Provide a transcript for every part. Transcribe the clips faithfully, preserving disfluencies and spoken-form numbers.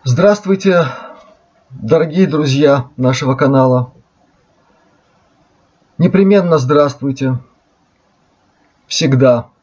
Здравствуйте, дорогие друзья нашего канала. Непременно здравствуйте. Всегда.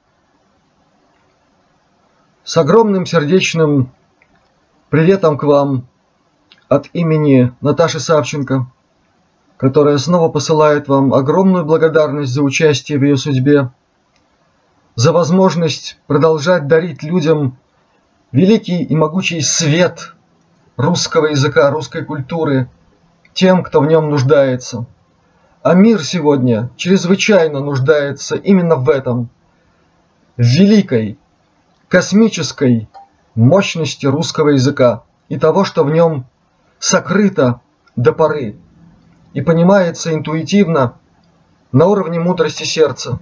С огромным сердечным приветом к вам от имени Наташи Савченко, которая снова посылает вам огромную благодарность за участие в ее судьбе, за возможность продолжать дарить людям великий и могучий свет русского языка, русской культуры, тем, кто в нем нуждается. А мир сегодня чрезвычайно нуждается именно в этом, в великой, космической мощности русского языка и того, что в нем сокрыто до поры и понимается интуитивно на уровне мудрости сердца.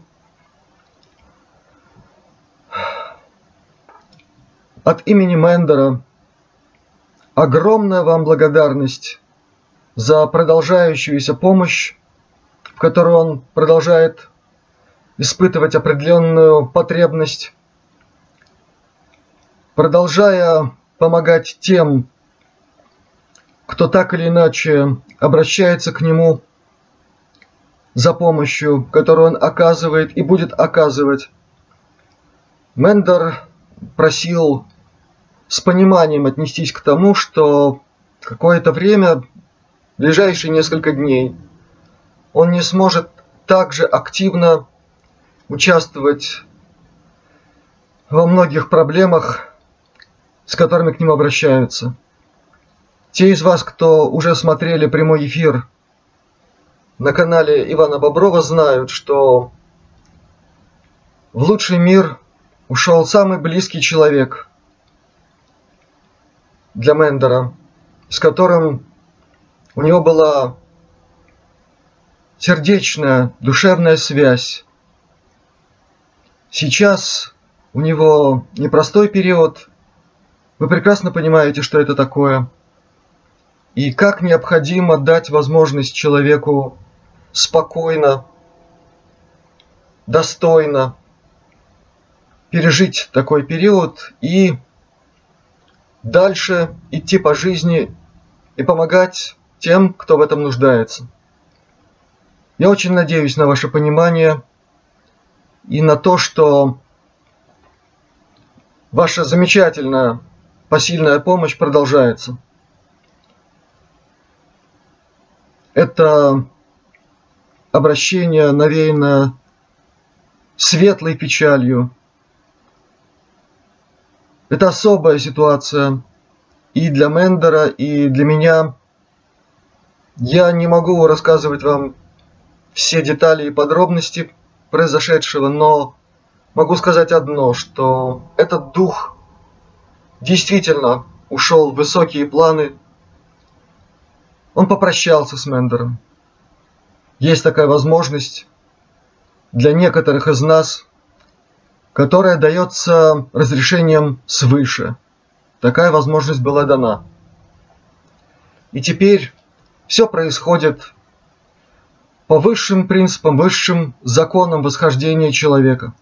От имени Мендера огромная вам благодарность за продолжающуюся помощь, в которой он продолжает испытывать определенную потребность, продолжая помогать тем, кто так или иначе обращается к нему за помощью, которую он оказывает и будет оказывать. Мендер просил с пониманием отнестись к тому, что какое-то время, в ближайшие несколько дней, он не сможет также активно участвовать во многих проблемах, с которыми к нему обращаются. Те из вас, кто уже смотрели прямой эфир на канале Ивана Боброва, знают, что в лучший мир ушел самый близкий человек для Мендера, с которым у него была сердечная, душевная связь. Сейчас у него непростой период. Вы прекрасно понимаете, что это такое. И как необходимо дать возможность человеку спокойно, достойно пережить такой период и дальше идти по жизни и помогать тем, кто в этом нуждается. Я очень надеюсь на ваше понимание и на то, что ваша замечательная посильная помощь продолжается. Это обращение навеяно светлой печалью. Это особая ситуация и для Мендера, и для меня. Я не могу рассказывать вам все детали и подробности произошедшего, но могу сказать одно, что этот дух действительно ушел в высокие планы. Он попрощался с Мендером. Есть такая возможность для некоторых из нас, которая дается разрешением свыше. Такая возможность была дана. И теперь все происходит по высшим принципам, высшим законам восхождения человека.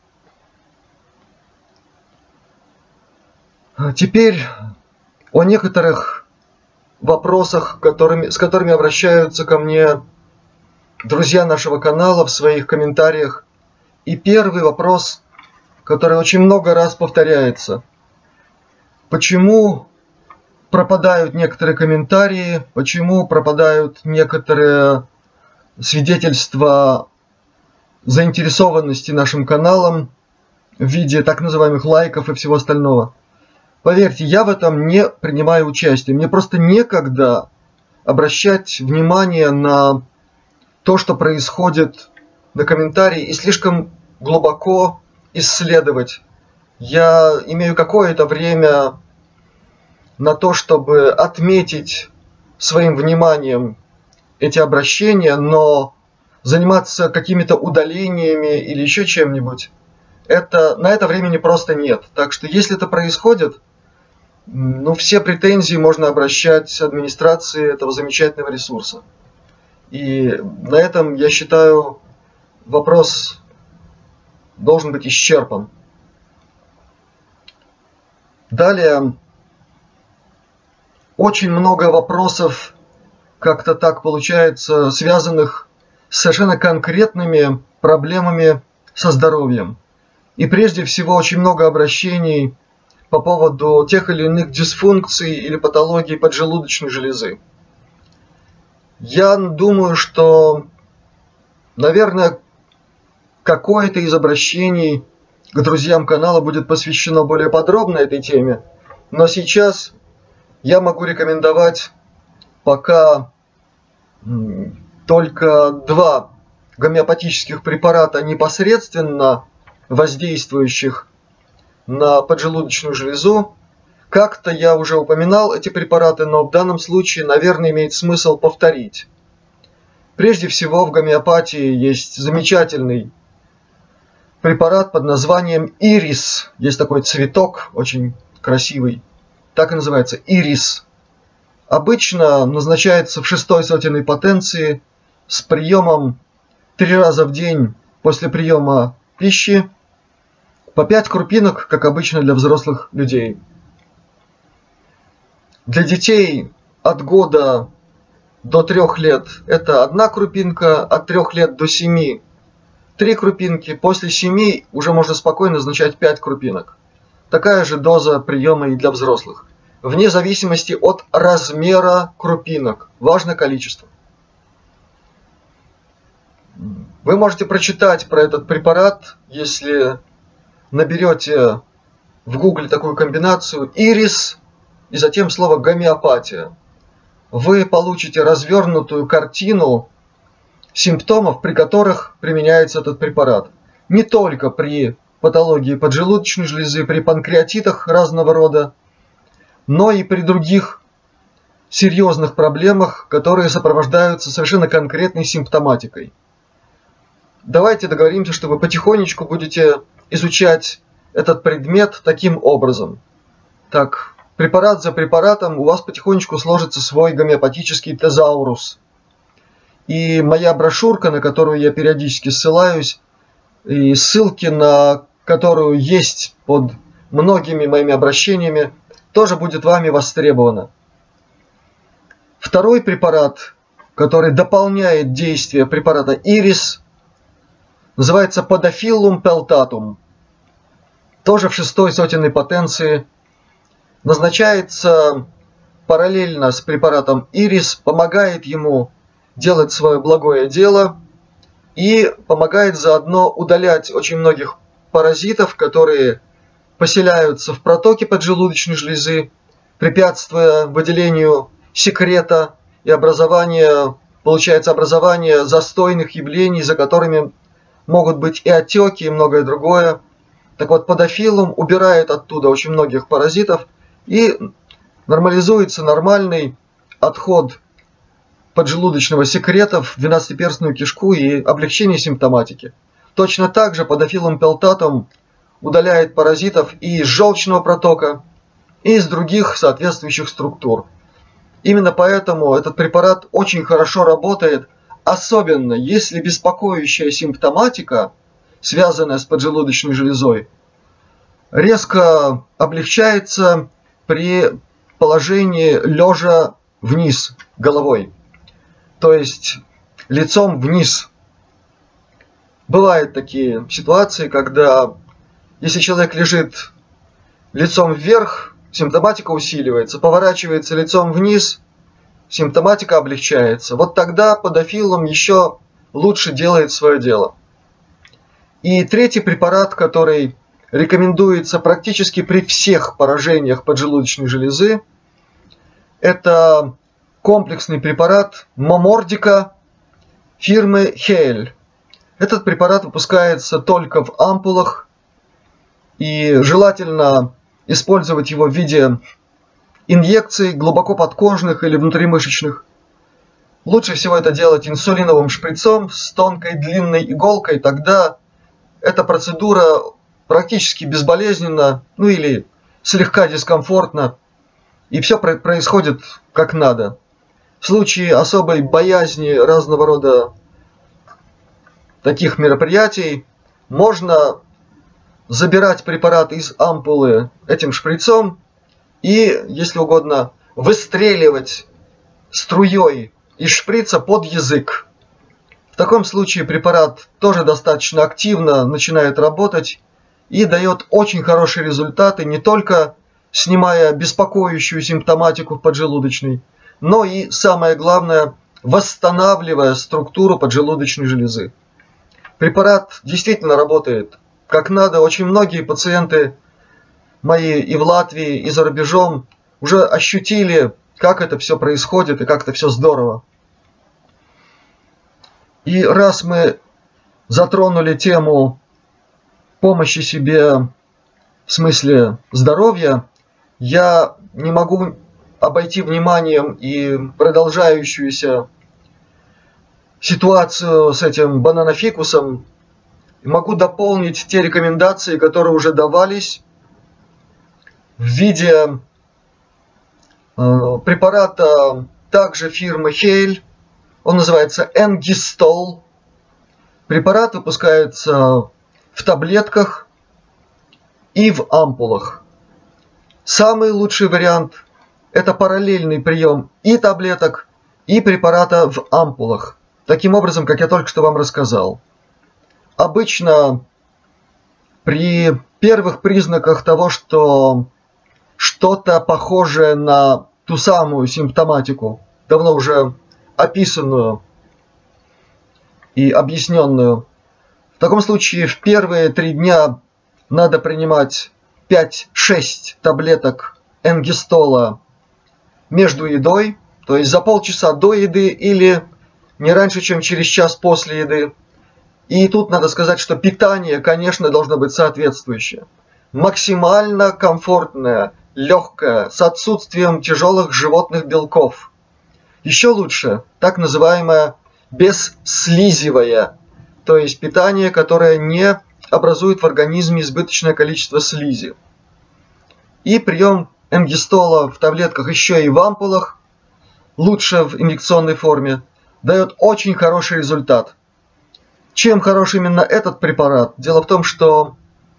Теперь о некоторых вопросах, которыми, с которыми обращаются ко мне друзья нашего канала в своих комментариях. И первый вопрос, который очень много раз повторяется. Почему пропадают некоторые комментарии, почему пропадают некоторые свидетельства заинтересованности нашим каналом в виде так называемых лайков и всего остального? Поверьте, я в этом не принимаю участие. Мне просто некогда обращать внимание на то, что происходит на комментарии, и слишком глубоко исследовать. Я имею какое-то время на то, чтобы отметить своим вниманием эти обращения, но заниматься какими-то удалениями или еще чем-нибудь, это, на это времени просто нет. Так что если это происходит, ну, все претензии можно обращать администрации этого замечательного ресурса. И на этом, я считаю, вопрос должен быть исчерпан. Далее очень много вопросов, как-то так получается, связанных с совершенно конкретными проблемами со здоровьем. И прежде всего очень много обращений по поводу тех или иных дисфункций или патологий поджелудочной железы. Я думаю, что, наверное, какое-то из обращений к друзьям канала будет посвящено более подробно этой теме, но сейчас я могу рекомендовать пока только два гомеопатических препарата, непосредственно воздействующих на поджелудочную железу. Как-то я уже упоминал эти препараты, но в данном случае, наверное, имеет смысл повторить. Прежде всего, в гомеопатии есть замечательный препарат под названием ирис. Есть такой цветок, очень красивый. Так и называется, ирис. Обычно назначается в шестой сотенной потенции с приемом три раза в день после приема пищи по пять крупинок, как обычно для взрослых людей. Для детей от года до трех лет это одна крупинка, от трех лет до семи три крупинки, после семи уже можно спокойно назначать пять крупинок. Такая же доза приема и для взрослых, вне зависимости от размера крупинок. Важно количество. Вы можете прочитать про этот препарат, если наберете в гугле такую комбинацию ирис и затем слово гомеопатия. Вы получите развернутую картину симптомов, при которых применяется этот препарат. Не только при патологии поджелудочной железы, при панкреатитах разного рода, но и при других серьезных проблемах, которые сопровождаются совершенно конкретной симптоматикой. Давайте договоримся, что вы потихонечку будете изучать этот предмет таким образом. Так, препарат за препаратом у вас потихонечку сложится свой гомеопатический тезаурус. И моя брошюрка, на которую я периодически ссылаюсь, и ссылки на которую есть под многими моими обращениями, тоже будет вами востребована. Второй препарат, который дополняет действие препарата ирис, называется Podaphilum peltatum. Тоже в шестой сотенной потенции. Назначается параллельно с препаратом ирис, помогает ему делать свое благое дело и помогает заодно удалять очень многих паразитов, которые поселяются в протоке поджелудочной железы, препятствуя выделению секрета и образованию, получается образование застойных явлений, за которыми могут быть и отеки, и многое другое. Так вот, Podaphilum убирает оттуда очень многих паразитов и нормализуется нормальный отход поджелудочного секрета в двенадцатиперстную кишку и облегчение симптоматики. Точно так же Podaphilum peltatum удаляет паразитов и из желчного протока, и из других соответствующих структур. Именно поэтому этот препарат очень хорошо работает, особенно если беспокоящая симптоматика, связанная с поджелудочной железой, резко облегчается при положении лежа вниз головой, то есть лицом вниз. Бывают такие ситуации, когда если человек лежит лицом вверх, симптоматика усиливается, поворачивается лицом вниз, симптоматика облегчается. Вот тогда Podaphilum еще лучше делает свое дело. И третий препарат, который рекомендуется практически при всех поражениях поджелудочной железы, это комплексный препарат Momordica фирмы Hale. Этот препарат выпускается только в ампулах, и желательно использовать его в виде инъекций глубоко подкожных или внутримышечных. Лучше всего это делать инсулиновым шприцом с тонкой длинной иголкой, тогда эта процедура практически безболезненна, ну или слегка дискомфортна, и все происходит как надо. В случае особой боязни разного рода таких мероприятий можно забирать препарат из ампулы этим шприцом и, если угодно, выстреливать струей из шприца под язык. В таком случае препарат тоже достаточно активно начинает работать и дает очень хорошие результаты, не только снимая беспокоящую симптоматику в поджелудочной, но и, самое главное, восстанавливая структуру поджелудочной железы. Препарат действительно работает как надо. Очень многие пациенты мои и в Латвии, и за рубежом уже ощутили, как это все происходит и как это все здорово. И раз мы затронули тему помощи себе в смысле здоровья, я не могу обойти вниманием и продолжающуюся ситуацию с этим бананофикусом. Могу дополнить те рекомендации, которые уже давались в виде э, препарата также фирмы Хейль. Он называется Энгистол. Препарат выпускается в таблетках и в ампулах. Самый лучший вариант – это параллельный прием и таблеток, и препарата в ампулах. Таким образом, как я только что вам рассказал. Обычно при первых признаках того, что что-то похожее на ту самую симптоматику, давно уже описанную и объясненную, в таком случае в первые три дня надо принимать пять-шесть таблеток энгистола между едой, то есть за полчаса до еды или не раньше, чем через час после еды. И тут надо сказать, что питание, конечно, должно быть соответствующее. Максимально комфортное, легкое, с отсутствием тяжелых животных белков. Еще лучше так называемое бесслизевое, то есть питание, которое не образует в организме избыточное количество слизи. И прием энгистола в таблетках, еще и в ампулах, лучше в инъекционной форме, дает очень хороший результат. Чем хорош именно этот препарат? Дело в том, что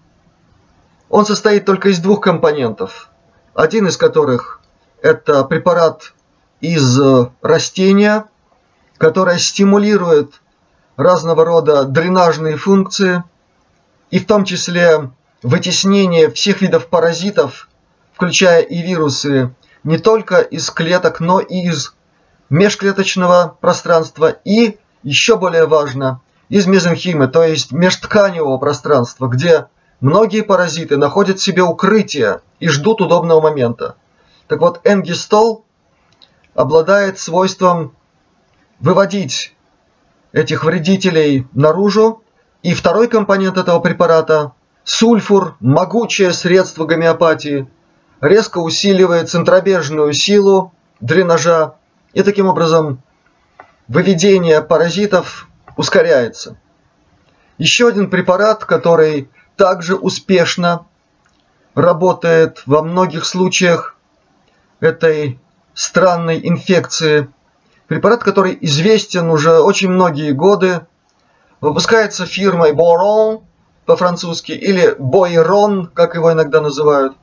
он состоит только из двух компонентов. Один из которых это препарат из растения, которое стимулирует разного рода дренажные функции, и в том числе вытеснение всех видов паразитов, включая и вирусы, не только из клеток, но и из межклеточного пространства, и, еще более важно, из мезенхимы, то есть межтканевого пространства, где многие паразиты находят себе укрытие и ждут удобного момента. Так вот, энгистол обладает свойством выводить этих вредителей наружу. И второй компонент этого препарата, сульфур, могучее средство гомеопатии, резко усиливает центробежную силу дренажа, и таким образом выведение паразитов ускоряется. Еще один препарат, который также успешно работает во многих случаях этой странной инфекции. Препарат, который известен уже очень многие годы, выпускается фирмой Boiron по-французски или Boiron, как его иногда называют.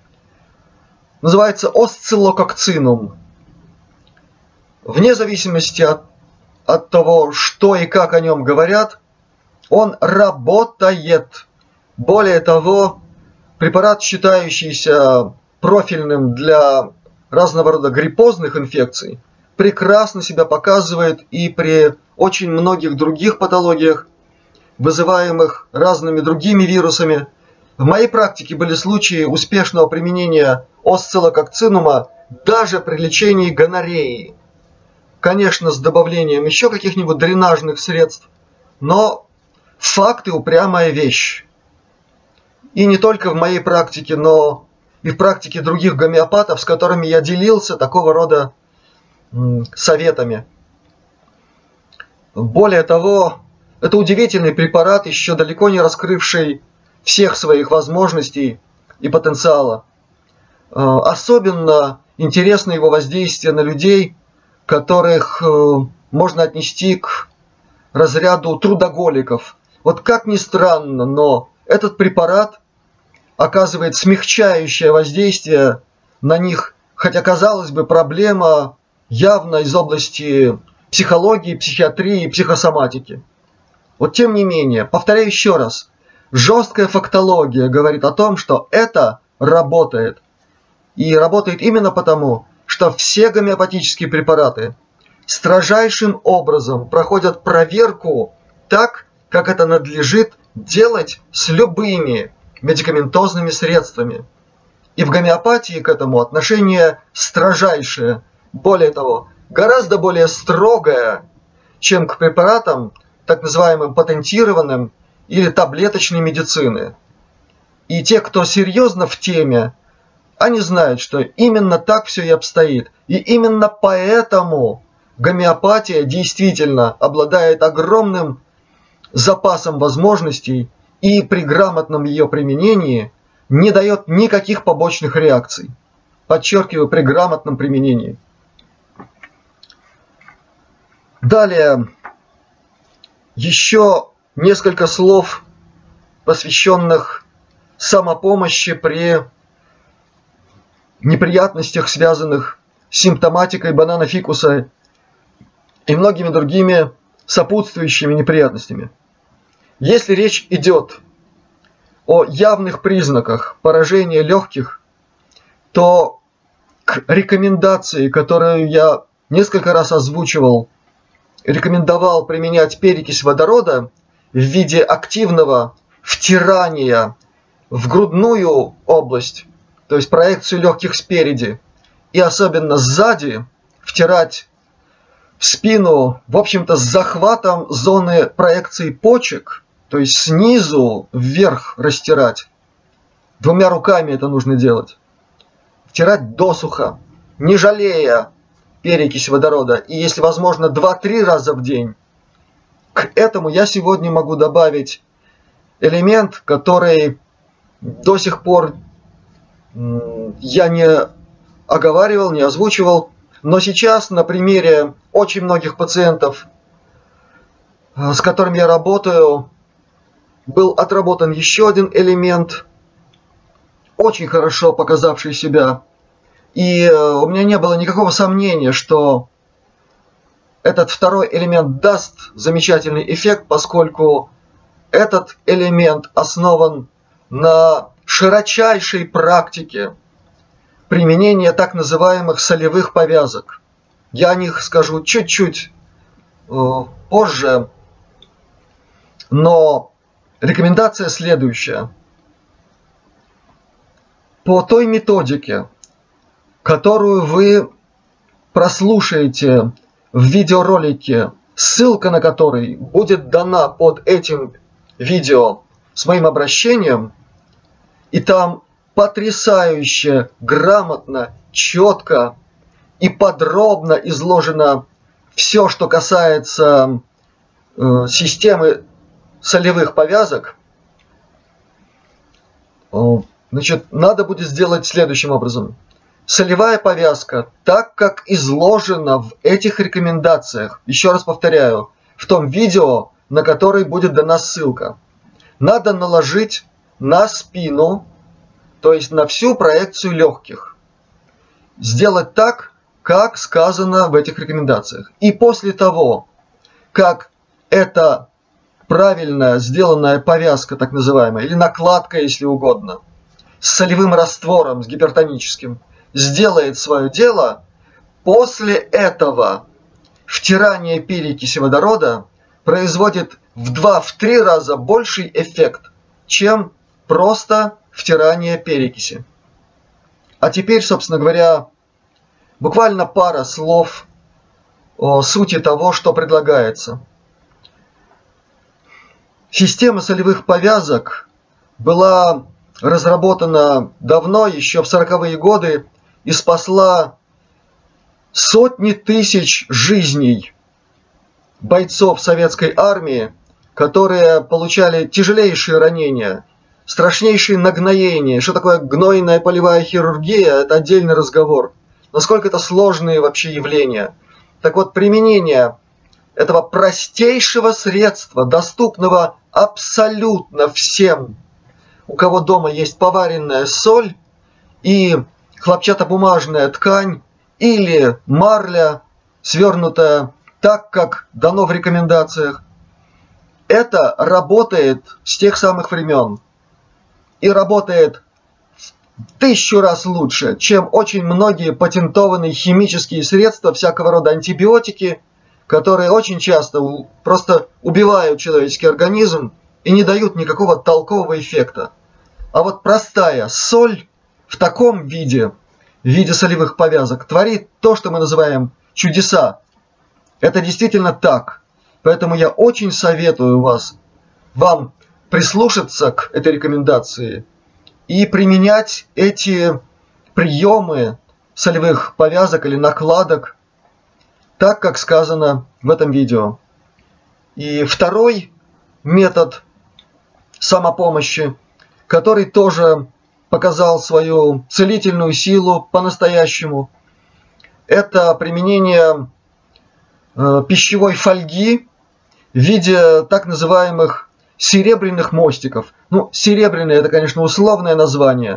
Называется осциллококцинум. Вне зависимости от, от того, что и как о нем говорят, он работает. Более того, препарат, считающийся профильным для разного рода гриппозных инфекций, прекрасно себя показывает и при очень многих других патологиях, вызываемых разными другими вирусами. В моей практике были случаи успешного применения осциллококцинума даже при лечении гонореи. Конечно, с добавлением еще каких-нибудь дренажных средств, но факт и упрямая вещь. И не только в моей практике, но и в практике других гомеопатов, с которыми я делился такого рода советами. Более того, это удивительный препарат, еще далеко не раскрывший всех своих возможностей и потенциала. Особенно интересно его воздействие на людей, которых можно отнести к разряду трудоголиков. Вот как ни странно, но этот препарат оказывает смягчающее воздействие на них хотя, казалось бы, проблема явно из области психологии, психиатрии, психосоматики. Вот тем не менее, повторяю еще раз, жесткая фактология говорит о том, что это работает. И работает именно потому, что все гомеопатические препараты строжайшим образом проходят проверку так, как это надлежит делать с любыми медикаментозными средствами. И в гомеопатии к этому отношение строжайшее. Более того, гораздо более строгое, чем к препаратам, так называемым патентированным или таблеточной медицины. И те, кто серьезно в теме, они знают, что именно так все и обстоит. И именно поэтому гомеопатия действительно обладает огромным запасом возможностей и при грамотном ее применении не дает никаких побочных реакций. Подчеркиваю, при грамотном применении. Далее еще несколько слов, посвященных самопомощи при неприятностях, связанных с симптоматикой банана фикуса и многими другими сопутствующими неприятностями. Если речь идет о явных признаках поражения легких, то к рекомендации, которую я несколько раз озвучивал, рекомендовал применять перекись водорода в виде активного втирания в грудную область, то есть проекцию легких спереди, и особенно сзади втирать в спину, в общем-то, с захватом зоны проекции почек, то есть снизу вверх растирать. Двумя руками это нужно делать. Втирать досуха, не жалея перекись водорода. И если возможно, два-три раза в день. К этому я сегодня могу добавить элемент, который до сих пор я не оговаривал, не озвучивал. Но сейчас на примере очень многих пациентов, с которыми я работаю, был отработан еще один элемент, очень хорошо показавший себя. И у меня не было никакого сомнения, что этот второй элемент даст замечательный эффект, поскольку этот элемент основан на широчайшей практике применения так называемых солевых повязок. Я о них скажу чуть-чуть э, позже, но рекомендация следующая. По той методике, которую вы прослушаете в видеоролике, ссылка на который будет дана под этим видео с моим обращением, и там потрясающе, грамотно, четко и подробно изложено все, что касается э, системы солевых повязок. Значит, надо будет сделать следующим образом. Солевая повязка, так как изложена в этих рекомендациях, еще раз повторяю, в том видео, на которое будет дана ссылка, надо наложить на спину, то есть на всю проекцию легких. Сделать так, как сказано в этих рекомендациях. И после того, как эта правильная сделанная повязка, так называемая, или накладка, если угодно, с солевым раствором, с гипертоническим, сделает свое дело, после этого втирание перекиси водорода производит в два-три раза больший эффект, чем просто втирание перекиси. А теперь, собственно говоря, буквально пара слов о сути того, что предлагается. Система солевых повязок была разработана давно, еще в сороковые годы, и спасла сотни тысяч жизней бойцов советской армии, которые получали тяжелейшие ранения, страшнейшие нагноения. Что такое гнойная полевая хирургия, это отдельный разговор. Насколько это сложные вообще явления. Так вот, применение этого простейшего средства, доступного абсолютно всем, у кого дома есть поваренная соль и хлопчатобумажная ткань или марля, свернутая так, как дано в рекомендациях. Это работает с тех самых времен. И работает в тысячу раз лучше, чем очень многие патентованные химические средства, всякого рода антибиотики, которые очень часто просто убивают человеческий организм и не дают никакого толкового эффекта. А вот простая соль в таком виде, в виде солевых повязок, творит то, что мы называем чудеса. Это действительно так. Поэтому я очень советую вас, вам прислушаться к этой рекомендации и применять эти приемы солевых повязок или накладок так, как сказано в этом видео. И второй метод самопомощи, который тоже показал свою целительную силу по-настоящему, это применение э, пищевой фольги в виде так называемых серебряных мостиков. Ну, серебряные — это, конечно, условное название,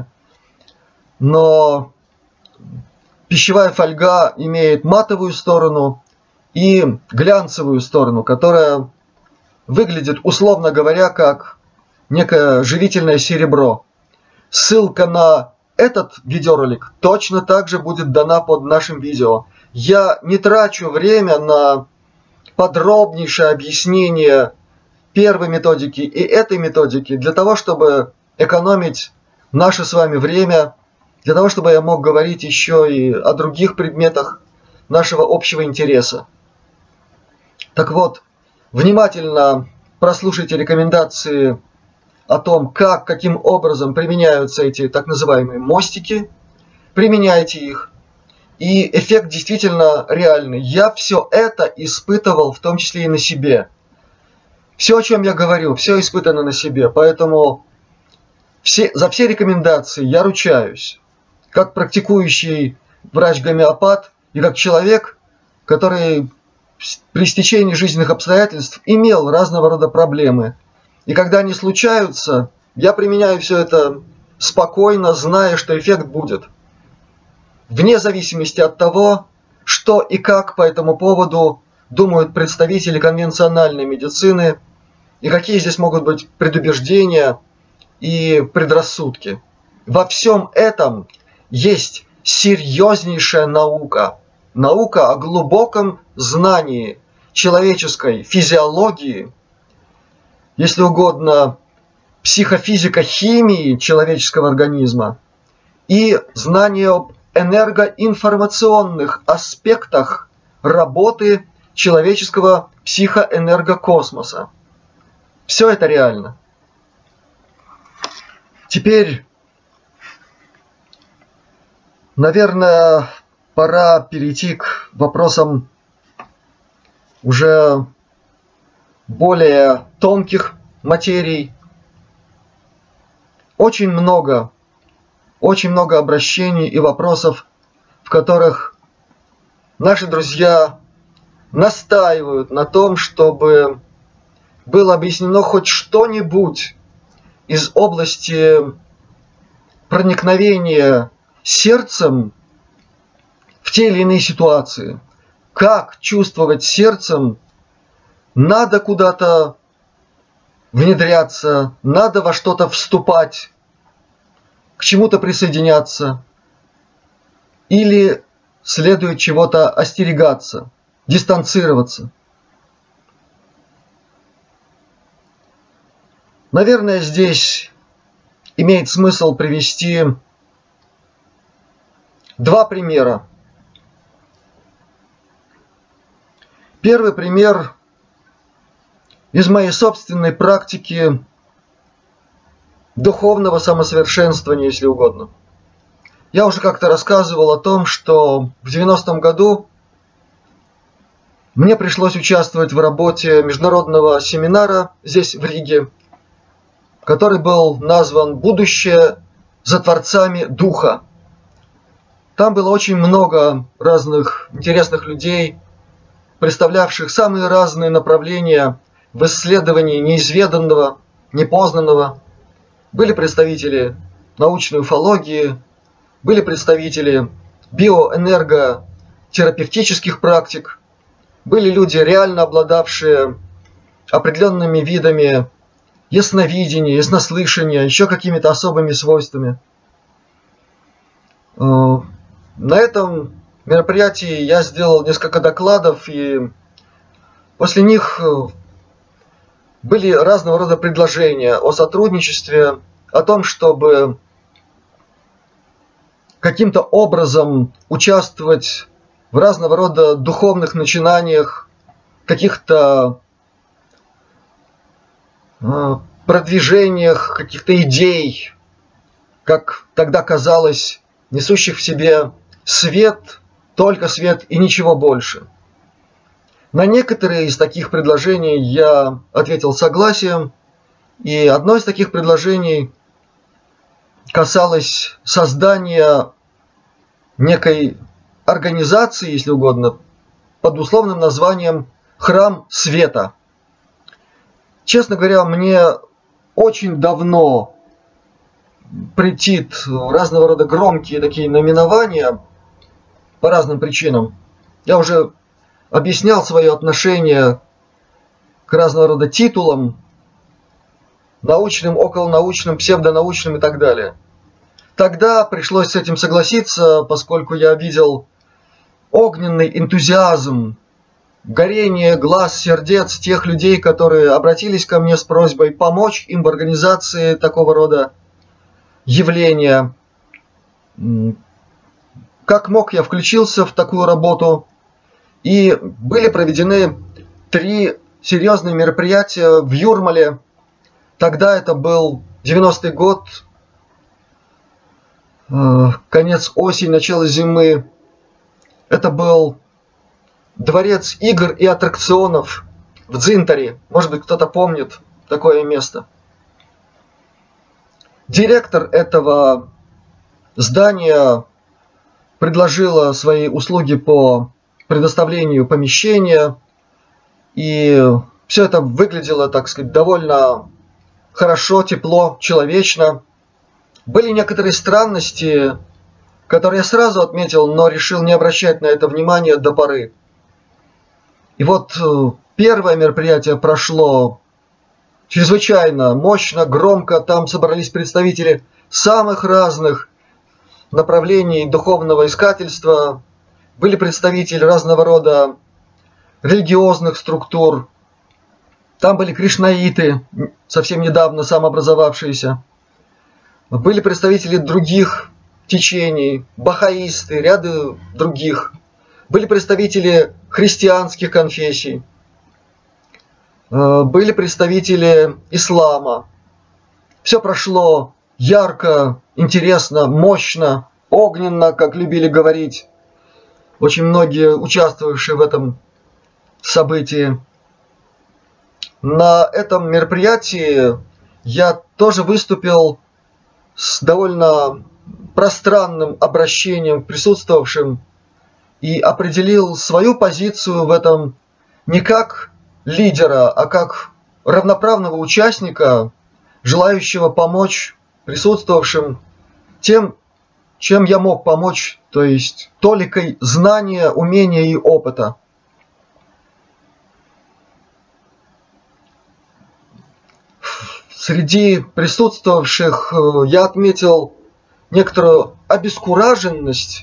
но пищевая фольга имеет матовую сторону и глянцевую сторону, которая выглядит, условно говоря, как некое живительное серебро. Ссылка на этот видеоролик точно так же будет дана под нашим видео. Я не трачу время на подробнейшее объяснение первой методики и этой методики для того, чтобы экономить наше с вами время, для того, чтобы я мог говорить еще и о других предметах нашего общего интереса. Так вот, внимательно прослушайте рекомендации о том, как, каким образом применяются эти так называемые мостики, применяйте их, и эффект действительно реальный. Я все это испытывал, в том числе и на себе. Все, о чем я говорю, все испытано на себе, поэтому все, за все рекомендации я ручаюсь, как практикующий врач-гомеопат и как человек, который при стечении жизненных обстоятельств имел разного рода проблемы. И когда они случаются, я применяю все это спокойно, зная, что эффект будет. Вне зависимости от того, что и как по этому поводу думают представители конвенциональной медицины, и какие здесь могут быть предубеждения и предрассудки. Во всем этом есть серьезнейшая наука. Наука о глубоком знании человеческой физиологии, если угодно, психофизика химии человеческого организма и знание об энергоинформационных аспектах работы человеческого психоэнергокосмоса. Все это реально. Теперь, наверное, пора перейти к вопросам уже более тонких материй. Очень много, очень много обращений и вопросов, в которых наши друзья настаивают на том, чтобы было объяснено хоть что-нибудь из области проникновения сердцем в те или иные ситуации. Как чувствовать сердцем? Надо куда-то внедряться, надо во что-то вступать, к чему-то присоединяться, или следует чего-то остерегаться, дистанцироваться. Наверное, здесь имеет смысл привести два примера. Первый пример из моей собственной практики духовного самосовершенствования, если угодно. Я уже как-то рассказывал о том, что в девяностом году мне пришлось участвовать в работе международного семинара здесь, в Риге, который был назван «Будущее за творцами духа». Там было очень много разных интересных людей, представлявших самые разные направления в исследовании неизведанного, непознанного. Были представители научной уфологии, были представители биоэнерготерапевтических практик, были люди, реально обладавшие определенными видами ясновидения, яснослышания, еще какими-то особыми свойствами. На этом мероприятии я сделал несколько докладов, и после них были разного рода предложения о сотрудничестве, о том, чтобы каким-то образом участвовать в разного рода духовных начинаниях, каких-то продвижениях, каких-то идей, как тогда казалось, несущих в себе свет, только свет и ничего больше. На некоторые из таких предложений я ответил согласием, и одно из таких предложений касалось создания некой организации, если угодно, под условным названием «Храм Света». Честно говоря, мне очень давно претит разного рода громкие такие наименования по разным причинам. Я уже объяснял свое отношение к разного рода титулам, научным, околонаучным, псевдонаучным и так далее. Тогда пришлось с этим согласиться, поскольку я видел огненный энтузиазм, горение глаз, сердец тех людей, которые обратились ко мне с просьбой помочь им в организации такого рода явления. Как мог, я включился в такую работу, и были проведены три серьезные мероприятия в Юрмале. Тогда это был девяностый год, конец осени, начало зимы. Это был дворец игр и аттракционов в Дзинтаре. Может быть, кто-то помнит такое место. Директор этого здания предложила свои услуги по предоставлению помещения. И все это выглядело, так сказать, довольно хорошо, тепло, человечно. Были некоторые странности, которые я сразу отметил, но решил не обращать на это внимания до поры. И вот первое мероприятие прошло чрезвычайно мощно, громко. Там собрались представители самых разных направлений духовного искательства. Были представители разного рода религиозных структур. Там были кришнаиты, совсем недавно самообразовавшиеся. Были представители других течений, бахаисты, ряды других. Были представители христианских конфессий. Были представители ислама. Все прошло ярко, интересно, мощно, огненно, как любили говорить очень многие участвовавшие в этом событии. На этом мероприятии я тоже выступил с довольно пространным обращением к присутствовавшим и определил свою позицию в этом не как лидера, а как равноправного участника, желающего помочь присутствовавшим тем, чем я мог помочь, то есть толикой знания, умения и опыта. Среди присутствовавших я отметил некоторую обескураженность,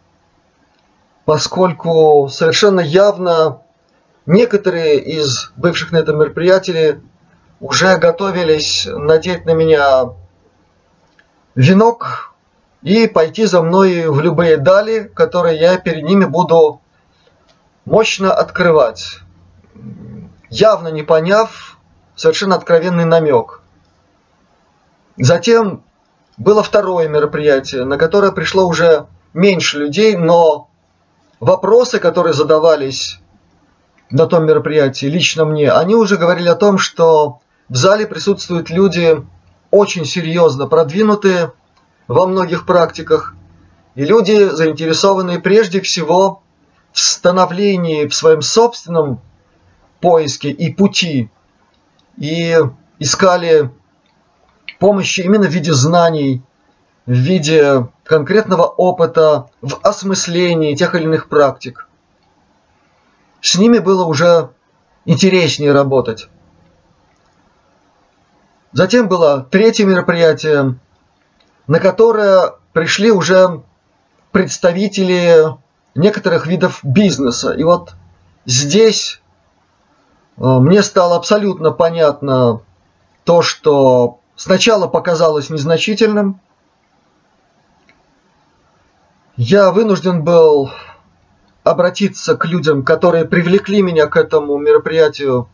поскольку совершенно явно некоторые из бывших на этом мероприятии уже готовились надеть на меня венок и пойти за мной в любые дали, которые я перед ними буду мощно открывать, явно не поняв совершенно откровенный намек. Затем было второе мероприятие, на которое пришло уже меньше людей, но вопросы, которые задавались на том мероприятии лично мне, они уже говорили о том, что в зале присутствуют люди очень серьезно продвинутые во многих практиках, и люди, заинтересованные прежде всего в становлении в своем собственном поиске и пути, и искали помощи именно в виде знаний, в виде конкретного опыта в осмыслении тех или иных практик. С ними было уже интереснее работать. Затем было третье мероприятие, на которое пришли уже представители некоторых видов бизнеса. И вот здесь мне стало абсолютно понятно то, что сначала показалось незначительным. Я вынужден был обратиться к людям, которые привлекли меня к этому мероприятию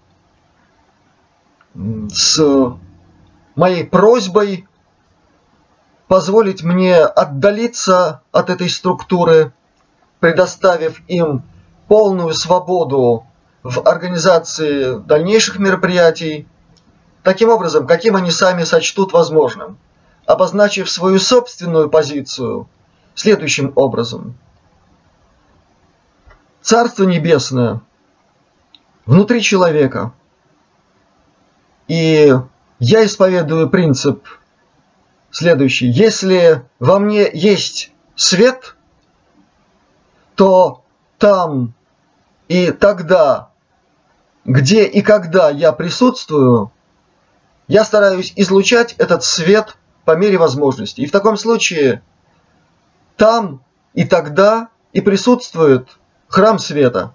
с моей просьбой позволить мне отдалиться от этой структуры, предоставив им полную свободу в организации дальнейших мероприятий, таким образом, каким они сами сочтут возможным, обозначив свою собственную позицию следующим образом. Царство Небесное внутри человека. И я исповедую принцип следующий. Если во мне есть свет, то там и тогда, где и когда я присутствую, я стараюсь излучать этот свет по мере возможности. И в таком случае там и тогда и присутствует храм света.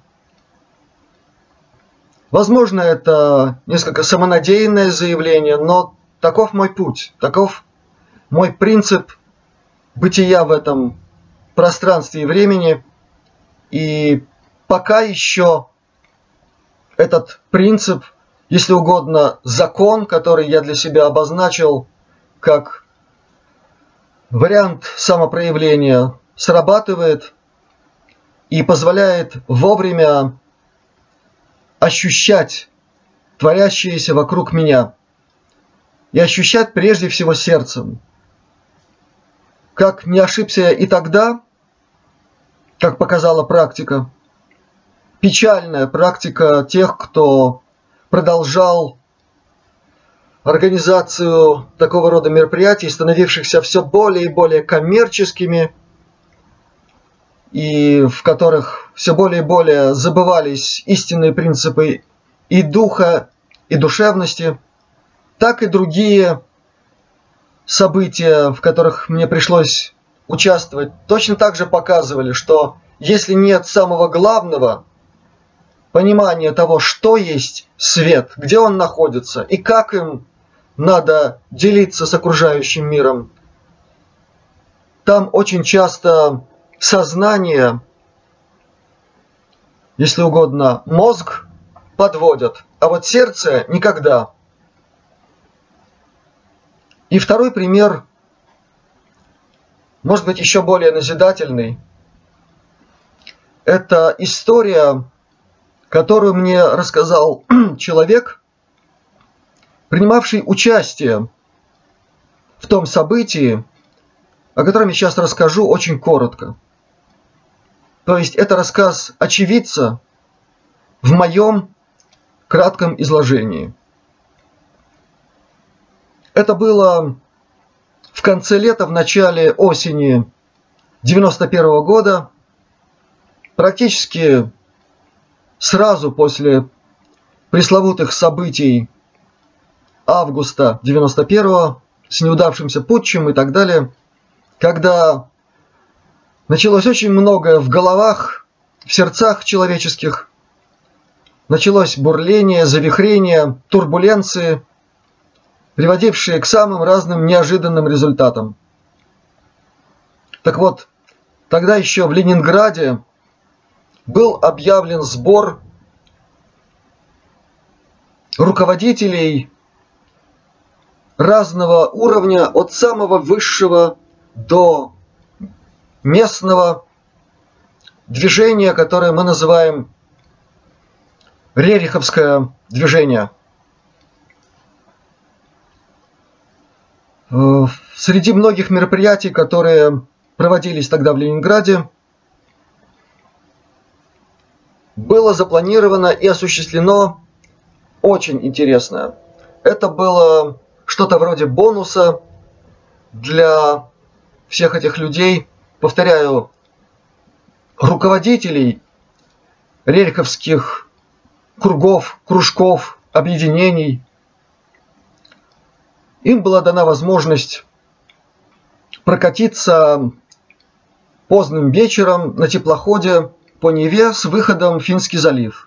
Возможно, это несколько самонадеянное заявление, но таков мой путь, таков мой принцип бытия в этом пространстве и времени. И пока еще этот принцип, если угодно, закон, который я для себя обозначил как вариант самопроявления, срабатывает и позволяет вовремя ощущать творящееся вокруг меня. И ощущать прежде всего сердцем. Как не ошибся и тогда, как показала практика, печальная практика тех, кто продолжал организацию такого рода мероприятий, становившихся все более и более коммерческими, и в которых все более и более забывались истинные принципы и духа, и душевности, так и другие события, в которых мне пришлось участвовать, точно так же показывали, что если нет самого главного понимания того, что есть свет, где он находится и как им надо делиться с окружающим миром, там очень часто сознание, если угодно, мозг подводят, а вот сердце никогда. И второй пример, может быть, еще более назидательный. Это история, которую мне рассказал человек, принимавший участие в том событии, о котором я сейчас расскажу очень коротко. То есть это рассказ очевидца в моем кратком изложении. Это было в конце лета, в начале осени девяносто первого года, практически сразу после пресловутых событий августа девяносто первого с неудавшимся путчем и так далее, когда началось очень многое в головах, в сердцах человеческих, началось бурление, завихрение, турбуленции, приводившие к самым разным неожиданным результатам. Так вот, тогда еще в Ленинграде был объявлен сбор руководителей разного уровня, от самого высшего до местного движения, которое мы называем Рериховское движение. Среди многих мероприятий, которые проводились тогда в Ленинграде, было запланировано и осуществлено очень интересное. Это было что-то вроде бонуса для всех этих людей, повторяю, руководителей рериховских кругов, кружков, объединений, им была дана возможность прокатиться поздним вечером на теплоходе по Неве с выходом в Финский залив.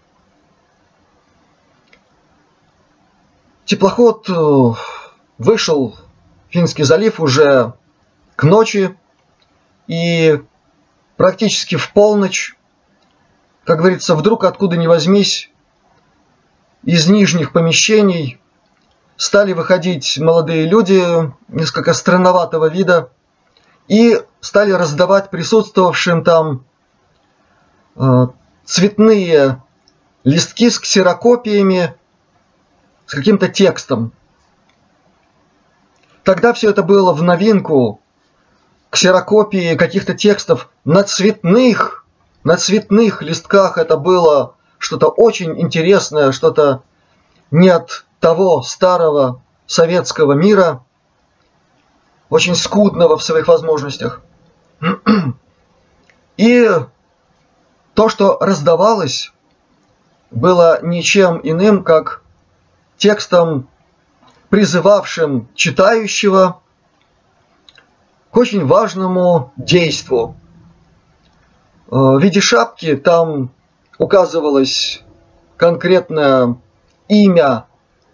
Теплоход вышел в Финский залив уже к ночи, и практически в полночь, как говорится, вдруг откуда ни возьмись, из нижних помещений стали выходить молодые люди, несколько странноватого вида, и стали раздавать присутствовавшим там э, цветные листки с ксерокопиями, с каким-то текстом. Тогда все это было в новинку. Ксерокопии каких-то текстов на цветных, на цветных листках. Это было что-то очень интересное, что-то не от того старого советского мира, очень скудного в своих возможностях. И то, что раздавалось, было ничем иным, как текстом, призывавшим читающего к очень важному действу. В виде шапки там указывалось конкретное имя,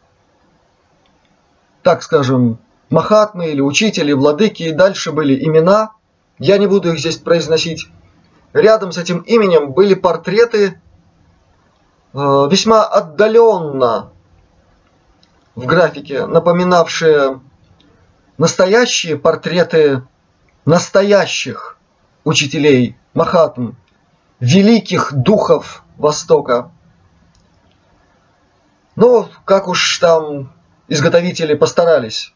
так скажем, Махатмы или учителя, владыки, и дальше были имена. Я не буду их здесь произносить. Рядом с этим именем были портреты, весьма отдаленно в графике напоминавшие настоящие портреты настоящих учителей Махатм, великих духов Востока. Ну, как уж там изготовители постарались.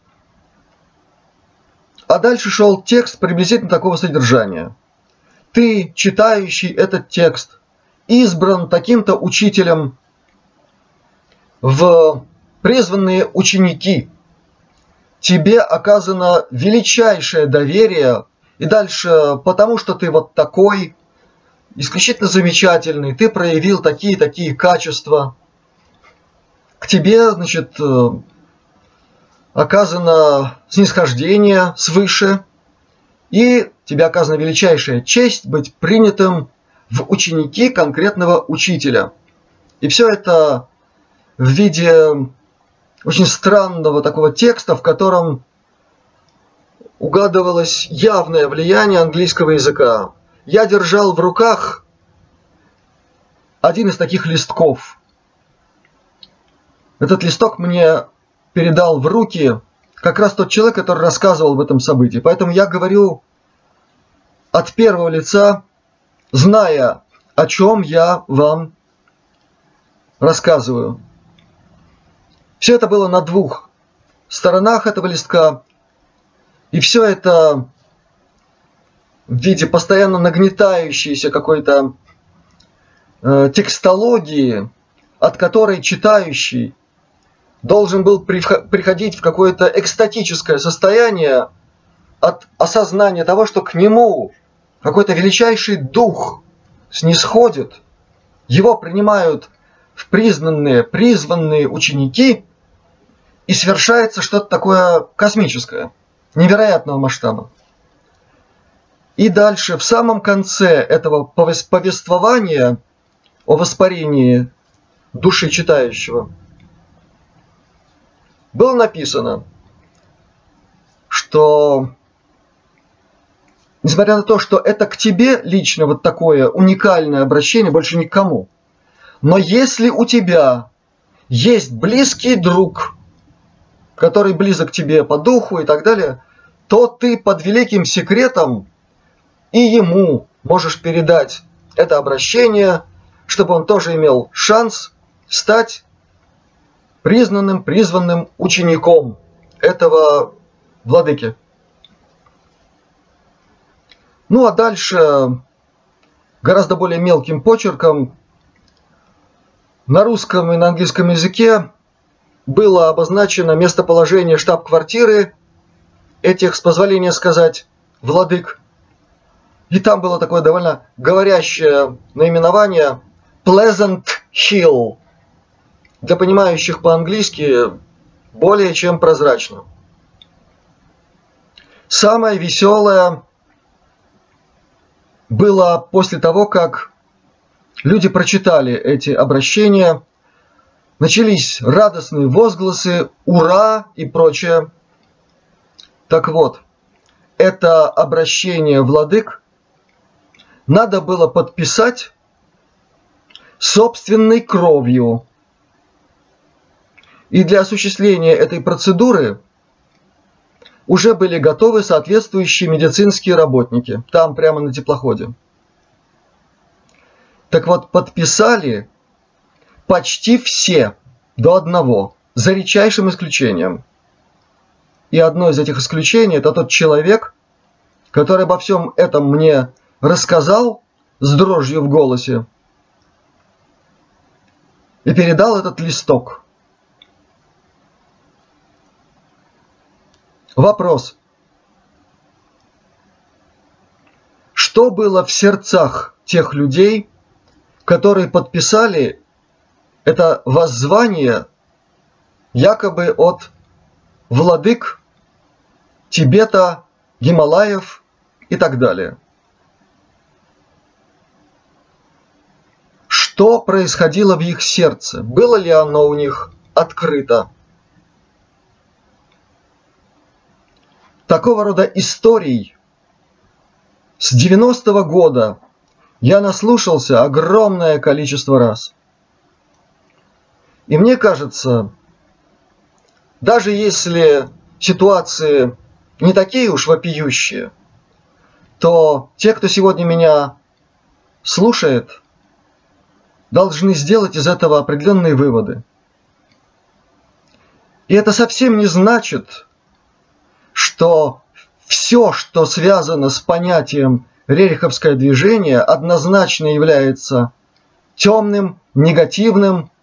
А дальше шел текст приблизительно такого содержания. Ты, читающий этот текст, избран таким-то учителем в призванные ученики. Тебе оказано величайшее доверие, и дальше, потому что ты вот такой, исключительно замечательный, ты проявил такие-такие качества. К тебе, значит, оказано снисхождение свыше, и тебе оказана величайшая честь быть принятым в ученики конкретного учителя. И все это в виде очень странного такого текста, в котором угадывалось явное влияние английского языка. Я держал в руках один из таких листков. Этот листок мне передал в руки как раз тот человек, который рассказывал об этом событии. Поэтому я говорю от первого лица, зная, о чем я вам рассказываю. Все это было на двух сторонах этого листка. И все это в виде постоянно нагнетающейся какой-то э, текстологии, от которой читающий должен был приходить в какое-то экстатическое состояние от осознания того, что к нему какой-то величайший дух снисходит, его принимают в признанные, призванные ученики, и совершается что-то такое космическое, невероятного масштаба. И дальше, в самом конце этого повествования о воспарении души читающего, было написано, что несмотря на то, что это к тебе лично вот такое уникальное обращение, больше никому, но если у тебя есть близкий друг, который близок к тебе по духу и так далее, то ты под великим секретом и ему можешь передать это обращение, чтобы он тоже имел шанс стать признанным, призванным учеником этого владыки. Ну а дальше гораздо более мелким почерком на русском и на английском языке было обозначено местоположение штаб-квартиры этих, с позволения сказать, владык. И там было такое довольно говорящее наименование Pleasant Hill. Для понимающих по-английски более чем прозрачно. Самое веселое было после того, как люди прочитали эти обращения, начались радостные возгласы, ура и прочее. Так вот, это обращение владык надо было подписать собственной кровью. И для осуществления этой процедуры уже были готовы соответствующие медицинские работники, там прямо на теплоходе. Так вот, подписали почти все до одного, за редчайшим исключением. И одно из этих исключений – это тот человек, который обо всем этом мне рассказал с дрожью в голосе и передал этот листок. Вопрос. Что было в сердцах тех людей, которые подписали это воззвание якобы от владык Тибета, Гималаев и так далее? Что происходило в их сердце? Было ли оно у них открыто? Такого рода историй с девяностого года я наслушался огромное количество раз. И мне кажется, даже если ситуации не такие уж вопиющие, то те, кто сегодня меня слушает, должны сделать из этого определенные выводы. И это совсем не значит, что все, что связано с понятием рериховское движение, однозначно является темным, негативным,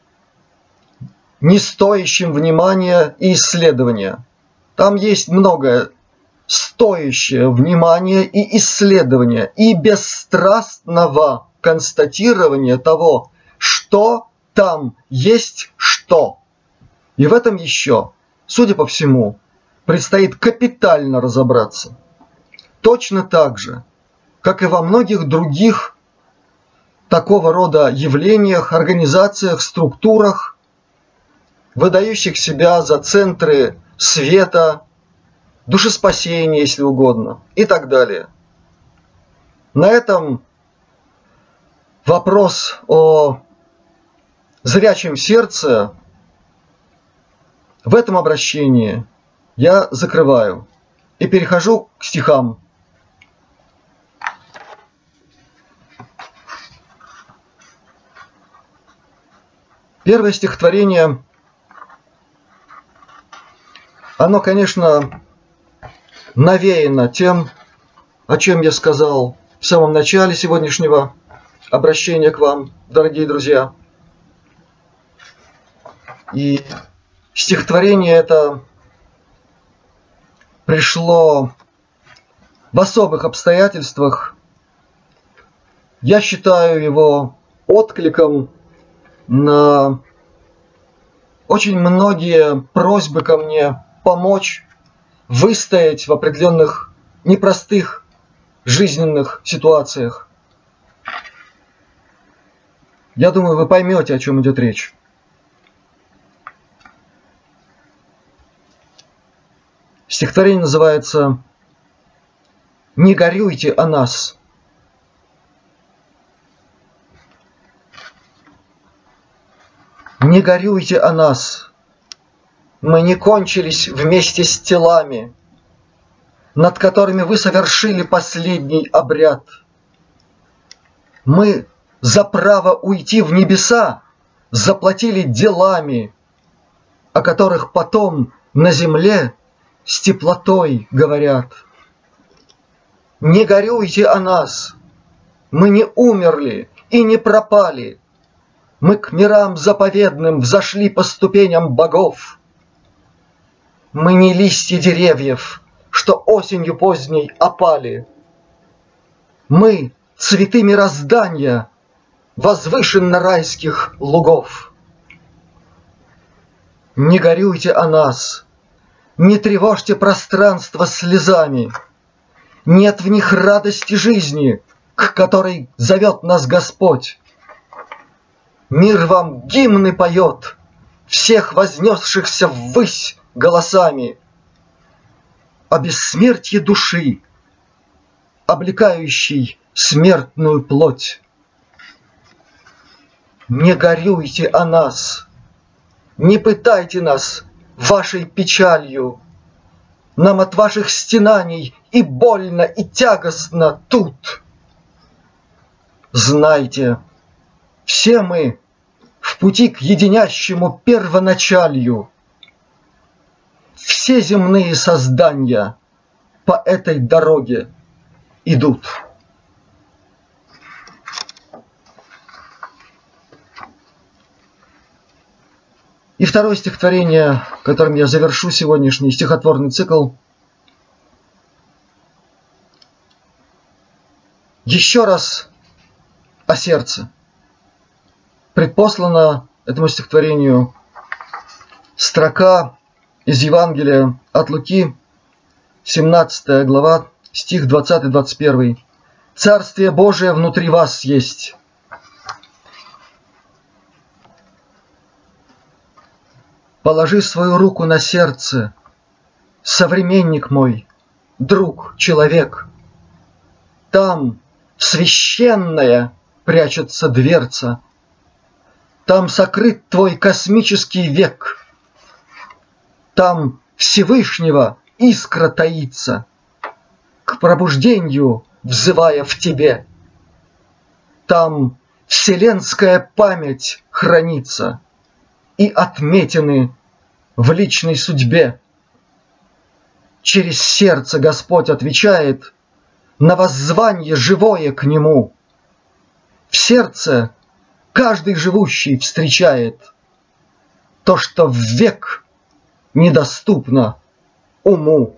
не стоящим внимания и исследования. Там есть многое стоящее внимания и исследования, и бесстрастного констатирования того, что там есть что. И в этом еще, судя по всему, предстоит капитально разобраться. Точно так же, как и во многих других такого рода явлениях, организациях, структурах, выдающих себя за центры света, душеспасения, если угодно, и так далее. На этом вопрос о зрячем сердце в этом обращении я закрываю и перехожу к стихам. Первое стихотворение, оно, конечно, навеяно тем, о чем я сказал в самом начале сегодняшнего обращения к вам, дорогие друзья. И стихотворение это пришло в особых обстоятельствах. Я считаю его откликом на очень многие просьбы ко мне помочь выстоять в определенных непростых жизненных ситуациях. Я думаю, вы поймете, о чем идет речь. Стихотворение называется «Не горюйте о нас». Не горюйте о нас, мы не кончились вместе с телами, над которыми вы совершили последний обряд. Мы за право уйти в небеса заплатили делами, о которых потом на земле с теплотой говорят. Не горюйте о нас, мы не умерли и не пропали. Мы к мирам заповедным взошли по ступеням богов. Мы не листья деревьев, что осенью поздней опали. Мы — цветы мироздания, возвышенно-райских лугов. Не горюйте о нас, не тревожьте пространство слезами. Нет в них радости жизни, к которой зовет нас Господь. Мир вам гимны поет, всех вознесшихся ввысь голосами, о бессмертии души, облекающей смертную плоть. Не горюйте о нас, не пытайте нас вашей печалью. Нам от ваших стенаний и больно, и тягостно тут. Знайте, все мы в пути к единящему первоначалью. Все земные создания по этой дороге идут. И второе стихотворение, которым я завершу сегодняшний стихотворный цикл. Еще раз о сердце. Предпослана этому стихотворению строка из Евангелия от Луки, семнадцатая глава, стих двадцатый двадцать первый. «Царствие Божие внутри вас есть». Положи свою руку на сердце, современник мой, друг, человек. Там священная прячется дверца, там сокрыт твой космический век, там Всевышнего искра таится, к пробуждению взывая в тебе. Там вселенская память хранится и отметины в личной судьбе. Через сердце Господь отвечает на воззвание живое к Нему. В сердце каждый живущий встречает то, что в век недоступно уму.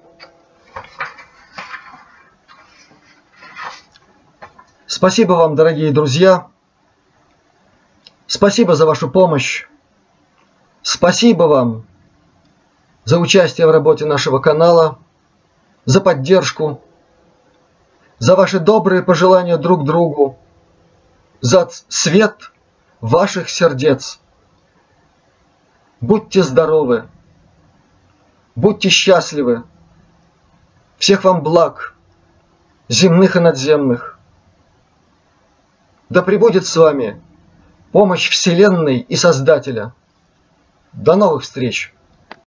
Спасибо вам, дорогие друзья. Спасибо за вашу помощь. Спасибо вам за участие в работе нашего канала, за поддержку, за ваши добрые пожелания друг другу, за свет ваших сердец. Будьте здоровы, будьте счастливы. Всех вам благ, земных и надземных. Да пребудет с вами помощь Вселенной и Создателя. До новых встреч!